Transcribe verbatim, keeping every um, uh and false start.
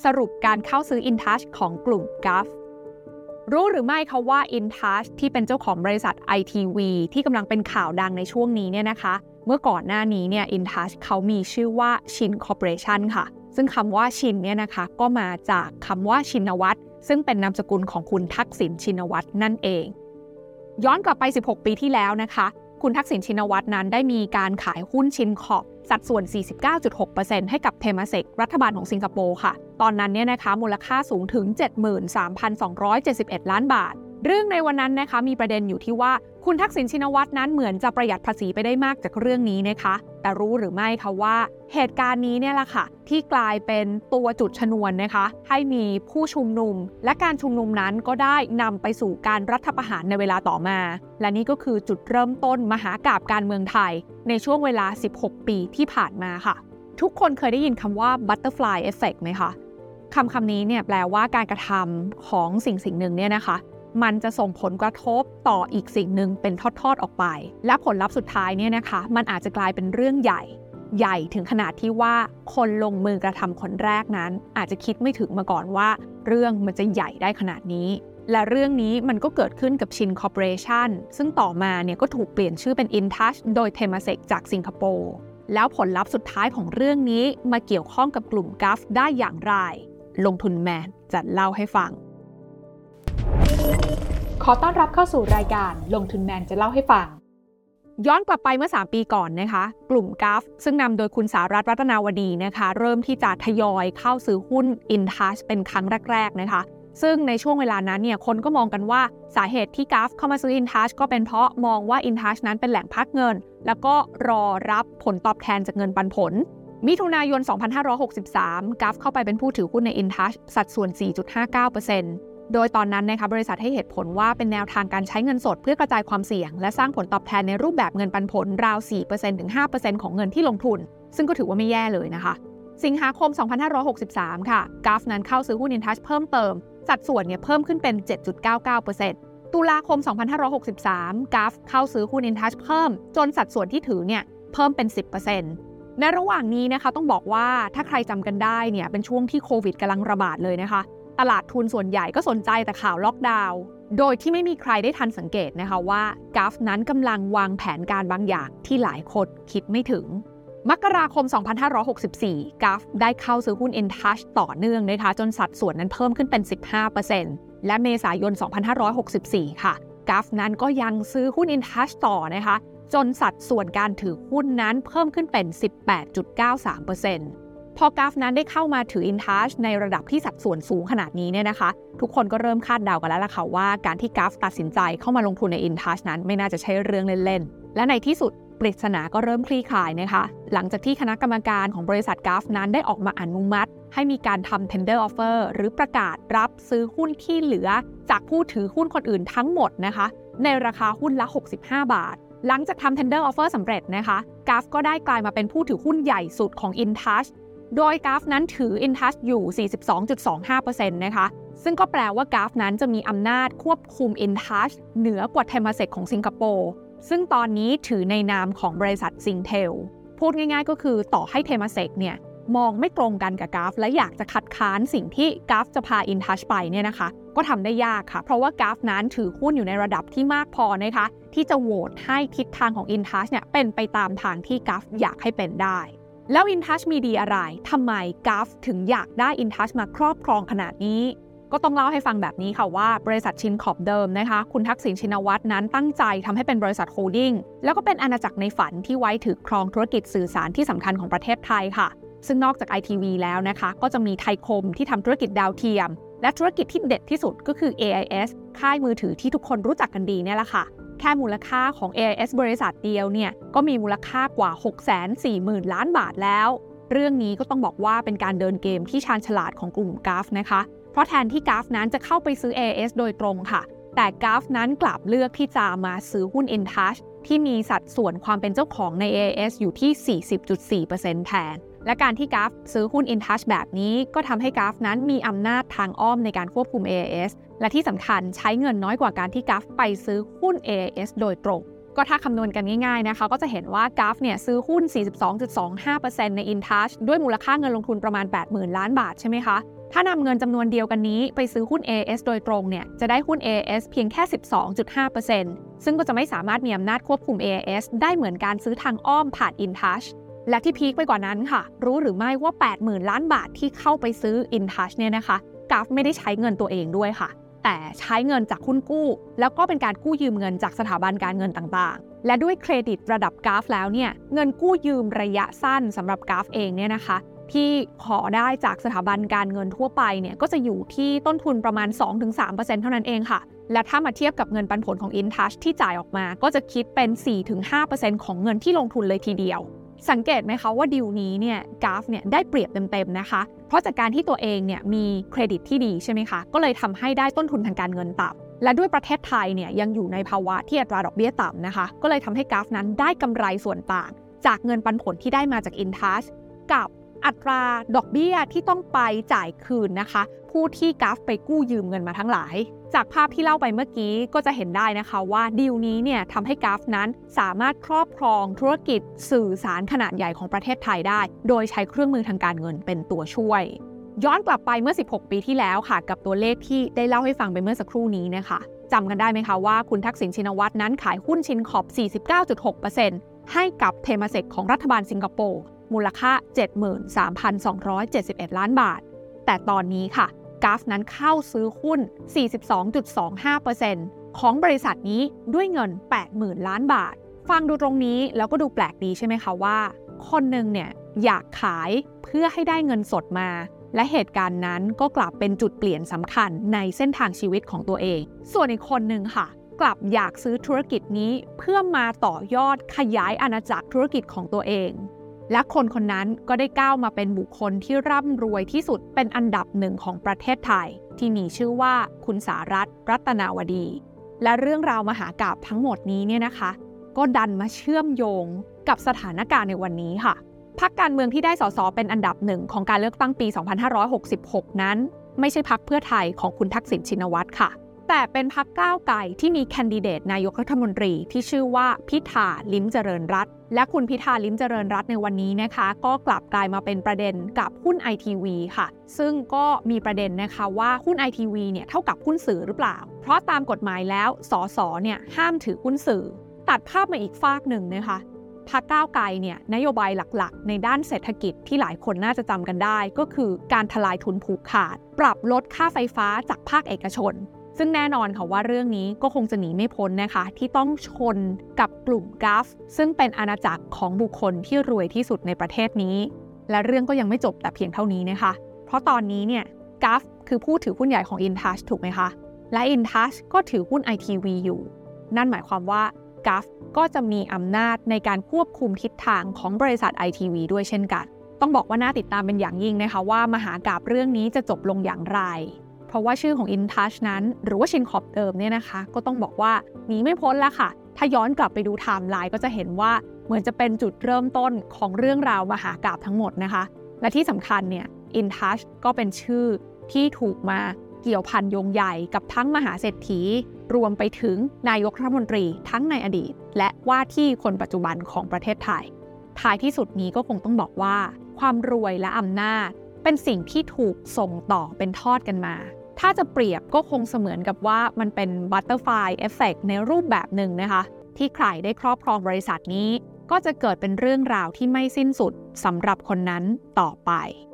สรุปการเข้าซื้อ InTouch ของกลุ่ม จี เอ เอฟ รู้หรือไม่คะว่า InTouch ที่เป็นเจ้าของบริษัท ไอ ที วี ที่กำลังเป็นข่าวดังในช่วงนี้เนี่ยนะคะเมื่อก่อนหน้านี้เนี่ย InTouch เขามีชื่อว่า Shin Corporation ค่ะซึ่งคำว่า Shin เนี่ยนะคะก็มาจากคำว่าชินวัตรซึ่งเป็นนามสกุลของคุณทักษิณชินวัตรนั่นเองย้อนกลับไปสิบหกปีที่แล้วนะคะคุณทักษิณชินวัตรนั้นได้มีการขายหุ้นชินคอร์ปสัดส่วน สี่สิบเก้าจุดหกเปอร์เซ็นต์ ให้กับเทมาเซกรัฐบาลของสิงคโปร์ค่ะตอนนั้นเนี่ยนะคะมูลค่าสูงถึง เจ็ดหมื่นสามพันสองร้อยเจ็ดสิบเอ็ด ล้านบาทเรื่องในวันนั้นนะคะมีประเด็นอยู่ที่ว่าคุณทักษิณชินวัตรนั้นเหมือนจะประหยัดภาษีไปได้มากจากเรื่องนี้นะคะแต่รู้หรือไม่คะว่าเหตุการณ์นี้เนี่ยแหละค่ะที่กลายเป็นตัวจุดชนวนนะคะให้มีผู้ชุมนุมและการชุมนุมนั้นก็ได้นำไปสู่การรัฐประหารในเวลาต่อมาและนี่ก็คือจุดเริ่มต้นมหากาพย์การเมืองไทยในช่วงเวลาสิบหกปีที่ผ่านมาค่ะทุกคนเคยได้ยินคำว่า butterfly effect ไหมคะคำคำนี้เนี่ยแปลว่าการกระทำของสิ่งสิ่งหนึ่งเนี่ยนะคะมันจะส่งผลกระทบต่ออีกสิ่งหนึ่งเป็นทอดๆออกไปและผลลัพธ์สุดท้ายเนี่ยนะคะมันอาจจะกลายเป็นเรื่องใหญ่ใหญ่ถึงขนาดที่ว่าคนลงมือกระทำคนแรกนั้นอาจจะคิดไม่ถึงมาก่อนว่าเรื่องมันจะใหญ่ได้ขนาดนี้และเรื่องนี้มันก็เกิดขึ้นกับ Shin Corporation ซึ่งต่อมาเนี่ยก็ถูกเปลี่ยนชื่อเป็น InTouch โดย Temasek จากสิงคโปร์แล้วผลลัพธ์สุดท้ายของเรื่องนี้มาเกี่ยวข้องกับกลุ่ม จี เอ เอฟ ได้อย่างไรลงทุนแมนจะเล่าให้ฟังขอต้อนรับเข้าสู่รายการลงทุนแมนจะเล่าให้ฟังย้อนกลับไปเมื่อสามปีก่อนนะคะกลุ่ม จี เอ เอฟ ซึ่งนำโดยคุณสารัตน์รัตนาวดีนะคะเริ่มที่จะทยอยเข้าซื้อหุ้น InTouch เป็นครั้งแรกๆนะคะซึ่งในช่วงเวลานั้นเนี่ยคนก็มองกันว่าสาเหตุที่ จี เอ เอฟ เข้ามาซื้อ InTouch ก็เป็นเพราะมองว่า InTouch นั้นเป็นแหล่งพักเงินแล้วก็รอรับผลตอบแทนจากเงินปันผลมิถุนายนสองพันห้าร้อยหกสิบสาม จี เอ เอฟ เข้าไปเป็นผู้ถือหุ้นใน InTouch สัดส่วน สี่จุดห้าเก้าเปอร์เซ็นต์โดยตอนนั้นนะคะบริษัทให้เหตุผลว่าเป็นแนวทางการใช้เงินสดเพื่อกระจายความเสี่ยงและสร้างผลตอบแทนในรูปแบบเงินปันผลราว สี่เปอร์เซ็นต์ ถึง ห้าเปอร์เซ็นต์ ของเงินที่ลงทุนซึ่งก็ถือว่าไม่แย่เลยนะคะสิงหาคมสองพันห้าร้อยหกสิบสามค่ะ จี เอ เอฟ นั้นเข้าซื้อหุ้น InTouch เพิ่มเติมสัดส่วนเนี่ยเพิ่มขึ้นเป็น เจ็ดจุดเก้าเก้าเปอร์เซ็นต์ ตุลาคมสองพันห้าร้อยหกสิบสาม จี เอ เอฟ เข้าซื้อหุ้น InTouch เพิ่มจนสัดส่วนที่ถือเนี่ยเพิ่มเป็น สิบเปอร์เซ็นต์ ในระหว่างนี้นะคะต้องบอกว่าถ้าใครจำกันได้เนี่ยเป็นช่วงที่โควิดกำลังระบาดเลยนะคะตลาดทุนส่วนใหญ่ก็สนใจแต่ข่าวล็อกดาวน์โดยที่ไม่มีใครได้ทันสังเกตนะคะว่า จี เอ เอฟ นั้นกำลังวางแผนการบางอย่างที่หลายคนคิดไม่ถึงมกราคมสองพันห้าร้อยหกสิบสี่ จี เอ เอฟ ได้เข้าซื้อหุ้น InTouch ต่อเนื่องนะคะจนสัดส่วนนั้นเพิ่มขึ้นเป็น สิบห้าเปอร์เซ็นต์ และเมษายนสองพันห้าร้อยหกสิบสี่ค่ะ จี เอ เอฟ นั้นก็ยังซื้อหุ้น InTouch ต่อนะคะจนสัดส่วนการถือหุ้นนั้นเพิ่มขึ้นเป็น สิบแปดจุดเก้าสามเปอร์เซ็นต์พอ จี เอ เอฟ นั้นได้เข้ามาถือ InTouch ในระดับที่สัดส่วนสูงขนาดนี้เนี่ยนะคะทุกคนก็เริ่มคาดเดากันแล้วล่ะค่ะว่าการที่ จี เอ เอฟ ตัดสินใจเข้ามาลงทุนใน InTouch นั้นไม่น่าจะใช่เรื่องเล่นๆและในที่สุดปริศนาก็เริ่มคลี่คลายนะคะหลังจากที่คณะกรรมการของบริษัท จี เอ เอฟ นั้นได้ออกมาอนุมัติให้มีการทำ tender offer หรือประกาศรับซื้อหุ้นที่เหลือจากผู้ถือหุ้นคนอื่นทั้งหมดนะคะในราคาหุ้นละหกสิบห้าบาทหลังจากทำ tender offer สำเร็จนะคะ จี เอ เอฟ ก็ได้กลายมาเป็นผู้ถือหุ้นใหญ่สุดของ InTouchโดย จี เอ เอฟ นั้นถือ InTouch อยู่ สี่สิบสองจุดสองห้าเปอร์เซ็นต์ นะคะซึ่งก็แปลว่า จี เอ เอฟ นั้นจะมีอำนาจควบคุม InTouch เหนือกว่า Temasek ของสิงคโปร์ซึ่งตอนนี้ถือในนามของบริษัท Singtel พูดง่ายๆก็คือต่อให้ Temasek เนี่ยมองไม่ตรงกันกับ จี เอ เอฟ และอยากจะคัดค้านสิ่งที่ จี เอ เอฟ จะพา InTouch ไปเนี่ยนะคะก็ทำได้ยากค่ะเพราะว่า จี เอ เอฟ นั้นถือหุ้นอยู่ในระดับที่มากพอนะคะที่จะโหวตให้ทิศทางของ InTouch เนี่ยเป็นไปตามทางที่ จี เอ เอฟ อยากให้เป็นได้แล้ว InTouch มีดีอะไรทำไม จี เอ เอฟ ถึงอยากได้ InTouch มาครอบครองขนาดนี้ก็ต้องเล่าให้ฟังแบบนี้ค่ะว่าบริษัทชินคอร์ปเดิมนะคะคุณทักษิณชินวัตรนั้นตั้งใจทำให้เป็นบริษัทโฮลดิ้งแล้วก็เป็นอาณาจักรในฝันที่ไว้ถือครองธุรกิจสื่อสารที่สำคัญของประเทศไทยค่ะซึ่งนอกจาก ไอ ที วี แล้วนะคะก็จะมีไทยคมที่ทำธุรกิจดาวเทียมและธุรกิจที่เด็ดที่สุดก็คือ เอ ไอ เอส ค่ายมือถือที่ทุกคนรู้จักกันดีเนี่ยแหละค่ะแค่มูลค่าของ เอ ไอ เอส บริษัทเดียวเนี่ยก็มีมูลค่ากว่า หกแสนสี่หมื่น ล้านบาทแล้วเรื่องนี้ก็ต้องบอกว่าเป็นการเดินเกมที่ชาญฉลาดของกลุ่ม จี เอ เอฟ นะคะเพราะแทนที่ จี เอ เอฟ นั้นจะเข้าไปซื้อ เอ ไอ เอส โดยตรงค่ะแต่ จี เอ เอฟ นั้นกลับเลือกที่จะมาซื้อหุ้น InTouch ที่มีสัดส่วนความเป็นเจ้าของใน เอ ไอ เอส อยู่ที่ สี่สิบจุดสี่เปอร์เซ็นต์ แทนและการที่ จี เอ เอฟ ซื้อหุ้น InTouch แบบนี้ก็ทำให้ จี เอ เอฟ นั้นมีอำนาจทางอ้อมในการควบคุม เอ ไอ เอส และที่สำคัญใช้เงินน้อยกว่าการที่ จี เอ เอฟ ไปซื้อหุ้น เอ ไอ เอส โดยตรงก็ถ้าคำนวณกันง่ายๆนะคะก็จะเห็นว่า จี เอ เอฟ เนี่ยซื้อหุ้น สี่สิบสองจุดสองห้าเปอร์เซ็นต์ ใน InTouch ด้วยมูลค่าเงินลงทุนประมาณ แปดหมื่น ล้านบาทใช่ไหมคะถ้านำเงินจำนวนเดียวกันนี้ไปซื้อหุ้น เอ เอ เอส โดยตรงเนี่ยจะได้หุ้น เอ เอ เอส เพียงแค่ สิบสองจุดห้าเปอร์เซ็นต์ ซึ่งก็จะไม่สามารถมีอำนาจควบคุม เอ เอ เอส ได้เหมือนการซื้อทางอ้อมผ่าน InTouch และที่พีคไปกว่านั้นค่ะรู้หรือไม่ว่า แปดหมื่น ล้านบาทที่เข้าไปซื้อ InTouch เนี่ยนะคะกราฟไม่ได้ใช้เงินตัวเองด้วยค่ะแต่ใช้เงินจากหุ้นกู้แล้วก็เป็นการกู้ยืมเงินจากสถาบันการเงินต่างๆและด้วยเครดิตระดับกราฟแล้วเนี่ยเงินกู้ยืมระยะสั้นสำหรับกราฟเองเนี่ยนะคะที่ขอได้จากสถาบันการเงินทั่วไปเนี่ยก็จะอยู่ที่ต้นทุนประมาณ สองถึงสามเปอร์เซ็นต์ เท่านั้นเองค่ะและถ้ามาเทียบกับเงินปันผลของ InTouch ที่จ่ายออกมาก็จะคิดเป็น สี่ถึงห้าเปอร์เซ็นต์ ของเงินที่ลงทุนเลยทีเดียวสังเกตไหมคะว่าดีลนี้เนี่ยกราฟเนี่ยได้เปรียบเต็มๆนะคะเพราะจากการที่ตัวเองเนี่ยมีเครดิตที่ดีใช่ไหมคะก็เลยทำให้ได้ต้นทุนทางการเงินต่ำและด้วยประเทศไทยเนี่ยยังอยู่ในภาวะที่อัตราดอกเบี้ยต่ำนะคะก็เลยทำให้กราฟนั้นได้กำไรส่วนต่างจากเงินปันผลที่ได้มาจาก InTouch กับอัตราดอกเบี้ยที่ต้องไปจ่ายคืนนะคะผู้ที่กราฟไปกู้ยืมเงินมาทั้งหลายจากภาพที่เล่าไปเมื่อกี้ก็จะเห็นได้นะคะว่าดีลนี้เนี่ยทำให้กราฟนั้นสามารถครอบครองธุรกิจสื่อสารขนาดใหญ่ของประเทศไทยได้โดยใช้เครื่องมือทางการเงินเป็นตัวช่วยย้อนกลับไปเมื่อสิบหกปีที่แล้วค่ะกับตัวเลขที่ได้เล่าให้ฟังไปเมื่อสักครู่นี้นะคะจำกันได้ไหมคะว่าคุณทักษิณชินวัตรนั้นขายหุ้นชินคอร์ป สี่สิบเก้าจุดหกเปอร์เซ็นต์ ให้กับเทมาเซกของรัฐบาลสิงคโปร์มูลค่า เจ็ดหมื่นสามพันสองร้อยเจ็ดสิบเอ็ด ล้านบาทแต่ตอนนี้ค่ะกราฟนั้นเข้าซื้อหุ้น สี่สิบสองจุดสองห้าเปอร์เซ็นต์ ของบริษัทนี้ด้วยเงิน แปดหมื่น ล้านบาทฟังดูตรงนี้แล้วก็ดูแปลกดีใช่ไหมคะว่าคนหนึ่งเนี่ยอยากขายเพื่อให้ได้เงินสดมาและเหตุการณ์นั้นก็กลับเป็นจุดเปลี่ยนสำคัญในเส้นทางชีวิตของตัวเองส่วนอีกคนหนึ่งค่ะกลับอยากซื้อธุรกิจนี้เพื่อมาต่อยอดขยายอาณาจักรธุรกิจของตัวเองและคนคนนั้นก็ได้ก้าวมาเป็นบุคคลที่ร่ำรวยที่สุดเป็นอันดับหนึ่งของประเทศไทยที่มีชื่อว่าคุณสารัตน์รัตนาวดีและเรื่องราวมหากาพย์ทั้งหมดนี้เนี่ยนะคะก็ดันมาเชื่อมโยงกับสถานการณ์ในวันนี้ค่ะพรรคการเมืองที่ได้สสเป็นอันดับหนึ่งของการเลือกตั้งปี สองพันห้าร้อยหกสิบหก นั้นไม่ใช่พรรคเพื่อไทยของคุณทักษิณชินวัตรค่ะแต่เป็นพรรคก้าวไกลที่มีแคนดิเดตนายกรัฐมนตรีที่ชื่อว่าพิธาลิ้มเจริญรัตน์และคุณพิธาลิ้มเจริญรัตน์ในวันนี้นะคะก็กลับกลายมาเป็นประเด็นกับหุ้น ไอ ที วี ค่ะซึ่งก็มีประเด็นนะคะว่าหุ้น ไอ ที วี เนี่ยเท่ากับหุ้นสื่อหรือเปล่าเพราะตามกฎหมายแล้วสสเนี่ยห้ามถือหุ้นสื่อตัดภาพมาอีกฟากหนึ่งนะคะพรรคก้าวไกลเนี่ยนโยบายหลักๆในด้านเศรษฐกิจที่หลายคนน่าจะจำกันได้ก็คือการทลายทุนผูกขาดปรับลดค่าไฟฟ้าจากภาคเอกชนซึ่งแน่นอนค่ะว่าเรื่องนี้ก็คงจะหนีไม่พ้นนะคะที่ต้องชนกับกลุ่มกราฟซึ่งเป็นอาณาจักรของบุคคลที่รวยที่สุดในประเทศนี้และเรื่องก็ยังไม่จบแต่เพียงเท่านี้นะคะเพราะตอนนี้เนี่ยกราฟคือผู้ถือหุ้นใหญ่ของ InTouch ถูกไหมคะและ InTouch ก็ถือหุ้น ไอ ที วี อยู่นั่นหมายความว่ากราฟก็จะมีอำนาจในการควบคุมทิศทางของบริษัท ไอ ที วี ด้วยเช่นกันต้องบอกว่าน่าติดตามเป็นอย่างยิ่งนะคะว่ามหากาพย์เรื่องนี้จะจบลงอย่างไรเพราะว่าชื่อของ InTouch นั้นหรือว่าชินคอร์ปเดิมเนี่ยนะคะก็ต้องบอกว่าหนีไม่พ้นแล้วค่ะถ้าย้อนกลับไปดูไทม์ไลน์ก็จะเห็นว่าเหมือนจะเป็นจุดเริ่มต้นของเรื่องราวมหากาพย์ทั้งหมดนะคะและที่สำคัญเนี่ย InTouch ก็เป็นชื่อที่ถูกมาเกี่ยวพันโยงใหญ่กับทั้งมหาเศรษฐีรวมไปถึงนายกรัฐมนตรีทั้งในอดีตและว่าที่คนปัจจุบันของประเทศไทยท้ายที่สุดนี้ก็คงต้องบอกว่าความรวยและอำนาจเป็นสิ่งที่ถูกส่งต่อเป็นทอดกันมาถ้าจะเปรียบก็คงเสมือนกับว่ามันเป็นบัตเตอร์ฟลายเอฟเฟกต์ในรูปแบบหนึ่งนะคะที่ใครได้ครอบครองบริษัทนี้ก็จะเกิดเป็นเรื่องราวที่ไม่สิ้นสุดสำหรับคนนั้นต่อไป